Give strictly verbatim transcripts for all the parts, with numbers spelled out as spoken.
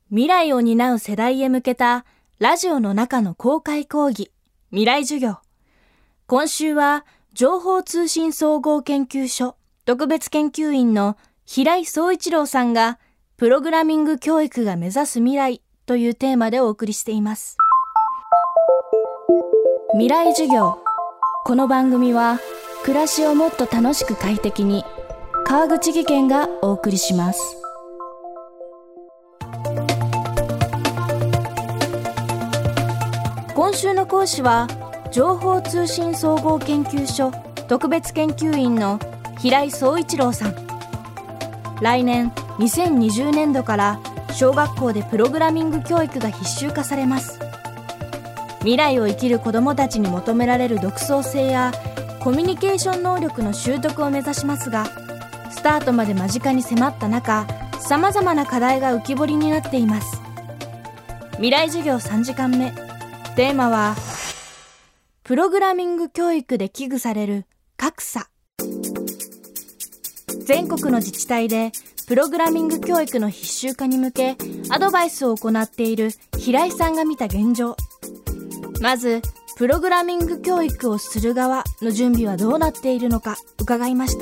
未来を担う世代へ向けたラジオの中の公開講義、未来授業。今週は情報通信総合研究所特別研究員の平井総一郎さんがプログラミング教育が目指す未来というテーマでお送りしています。未来授業。この番組は暮らしをもっと楽しく快適に川口義賢がお送りします。今週の講師は情報通信総合研究所特別研究員の平井総一郎さん。来年にせんにじゅうねんどから小学校でプログラミング教育が必修化されます。未来を生きる子どもたちに求められる独創性やコミュニケーション能力の習得を目指しますが、スタートまで間近に迫った中、さまざまな課題が浮き彫りになっています。未来授業さんじかんめ、テーマはプログラミング教育で危惧される格差。全国の自治体でプログラミング教育の必修化に向けアドバイスを行っている平井さんが見た現状。まずプログラミング教育をする側の準備はどうなっているのか伺いました。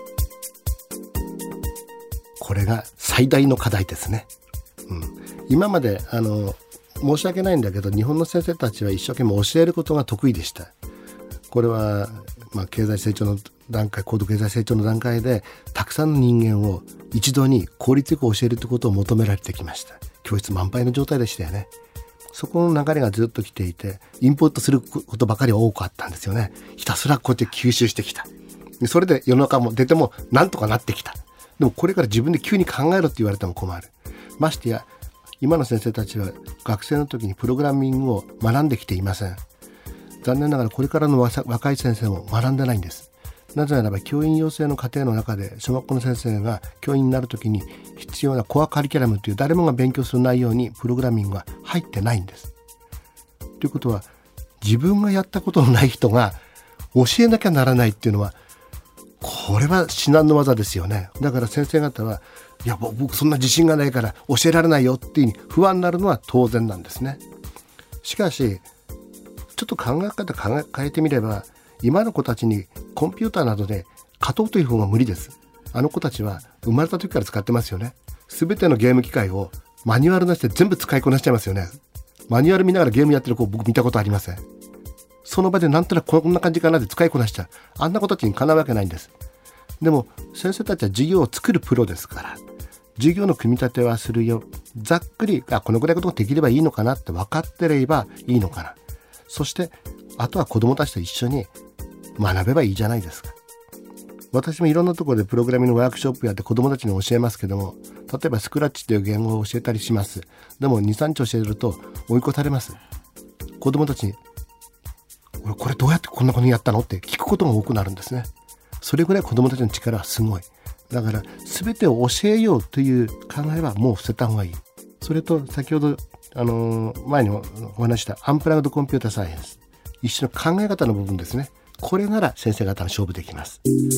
これが最大の課題ですね、うん、今まであの申し訳ないんだけど日本の先生たちは一生懸命教えることが得意でした。これは、まあ、経済成長の段階高度経済成長の段階でたくさんの人間を一度に効率よく教えるということを求められてきました。教室満杯の状態でしたよね。そこの流れがずっと来ていてインプットすることばかり多かったんですよね。ひたすらこうやって吸収してきた。それで世の中も出てもなんとかなってきた。でもこれから自分で急に考えろって言われても困る。ましてや今の先生たちは学生の時にプログラミングを学んできていません。残念ながらこれからの若い先生も学んでないんです。なぜならば教員養成の過程の中で小学校の先生が教員になる時に必要なコアカリキュラムという誰もが勉強する内容にプログラミングは入ってないんです。ということは自分がやったことのない人が教えなきゃならないっていうのはこれは至難の技ですよね。だから先生方はいや僕そんな自信がないから教えられないよっていうに不安になるのは当然なんですね。しかしちょっと考え方考え変えてみれば今の子たちにコンピューターなどで勝とうという方が無理です。あの子たちは生まれた時から使ってますよね。すべてのゲーム機械をマニュアルなしで全部使いこなしちゃいますよね。マニュアル見ながらゲームやってる子僕見たことありません。その場でなんとなくこんな感じかなって使いこなしちゃう。あんな子たちにかなうわけないんです。でも先生たちは授業を作るプロですから授業の組み立てはするよ。ざっくりあこのぐらいのことができればいいのかなって分かってればいいのかな。そしてあとは子どもたちと一緒に学べばいいじゃないですか。私もいろんなところでプログラミングのワークショップやって子どもたちに教えますけども、例えばスクラッチという言語を教えたりします。でも にさんにち教えると追い越されます。子どもたちに俺これどうやってこんなことにやったのって聞くことが多くなるんですね。それぐらい子どもたちの力はすごい。だから全てを教えようという考えはもう捨てた方がいい。それと先ほどあの前にお話したアンプラグドコンピュータサイエンス、一種の考え方の部分ですね。これなら先生方の勝負できます。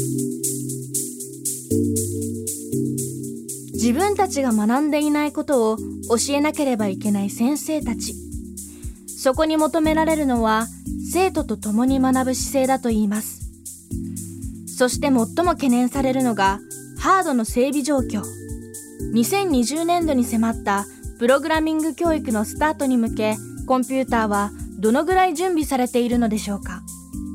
自分たちが学んでいないことを教えなければいけない先生たち。そこに求められるのは生徒と共に学ぶ姿勢だといいます。そして最も懸念されるのがハードの整備状況。にせんにじゅうねんどに迫ったプログラミング教育のスタートに向け、コンピューターはどのぐらい準備されているのでしょうか。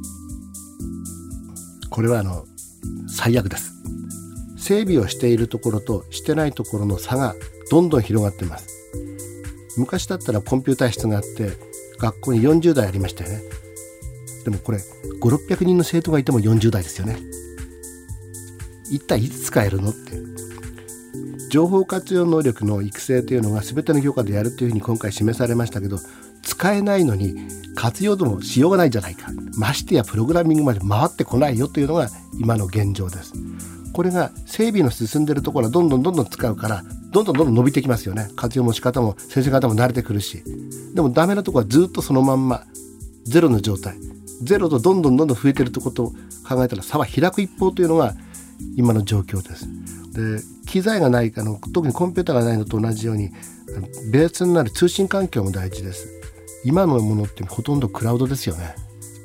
これはあの最悪です。整備をしているところとしてないところの差がどんどん広がっています。昔だったらコンピューター室があって学校によんじゅうだいありましたよね。でもこれごひゃくろっぴゃくにんの生徒がいてもよんじゅうだいですよね。一体いつ使えるのって。情報活用能力の育成というのが全ての教科でやるというふうに今回示されましたけど、使えないのに活用度もしようがないんじゃないか。ましてやプログラミングまで回ってこないよというのが今の現状です。これが整備の進んでいるところはどんどんどんどん使うからどんどんどんどん伸びてきますよね。活用も仕方も先生方も慣れてくるし。でもダメなところはずっとそのまんまゼロの状態。ゼロとどんどんどんどん増えているところと考えたら差は開く一方というのが今の状況です。 で機材がないあの特にコンピューターがないのと同じようにベースになる通信環境も大事です。今のものってほとんどクラウドですよね、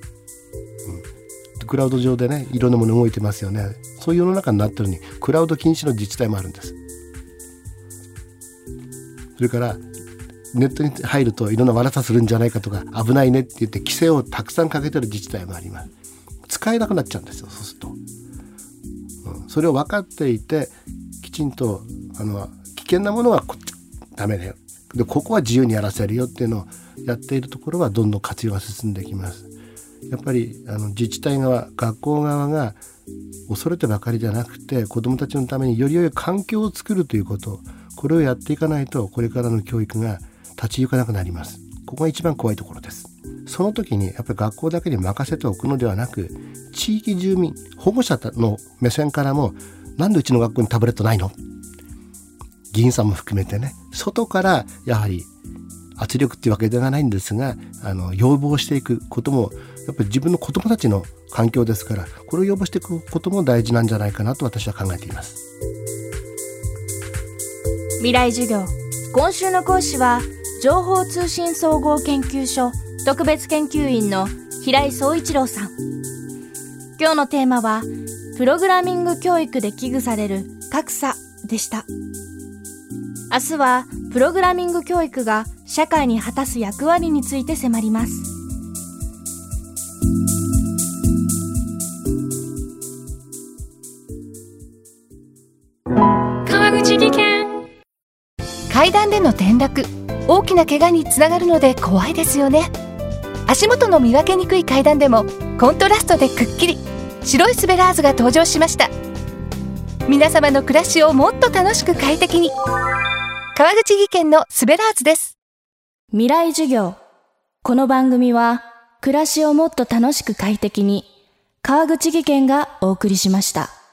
うん、クラウド上でねいろんなもの動いてますよね。そういう世の中になってるのにクラウド禁止の自治体もあるんです。それからネットに入るといろんな悪さするんじゃないかとか危ないねって言って規制をたくさんかけてる自治体もあります。使えなくなっちゃうんですよ。そうすると、うん、それを分かっていてきちんとあの危険なものはこダメだよでここは自由にやらせるよっていうのをやっているところはどんどん活用が進んでいきます。やっぱりあの自治体側学校側が恐れてばかりじゃなくて子どもたちのためにより良い環境を作るということこれをやっていかないとこれからの教育が立ち行かなくなります。ここが一番怖いところです。その時にやっぱり学校だけに任せておくのではなく地域住民保護者の目線からもなんでうちの学校にタブレットないの議員さんも含めてね外からやはり圧力っていうわけではないんですがあの要望していくこともやっぱり自分の子どもたちの環境ですからこれを要望していくことも大事なんじゃないかなと私は考えています。 未来授業今週の講師は情報通信総合研究所特別研究員の平井総一郎さん。今日のテーマはプログラミング教育で危惧される格差でした。明日はプログラミング教育が社会に果たす役割について迫ります。 川口技研。 階段での転落、大きな怪我につながるので怖いですよね。足元の見分けにくい階段でもコントラストでくっきり白いスベラーズが登場しました。皆様の暮らしをもっと楽しく快適に、川口技研のスベラーズです。 未来授業。この番組は暮らしをもっと楽しく快適に川口技研がお送りしました。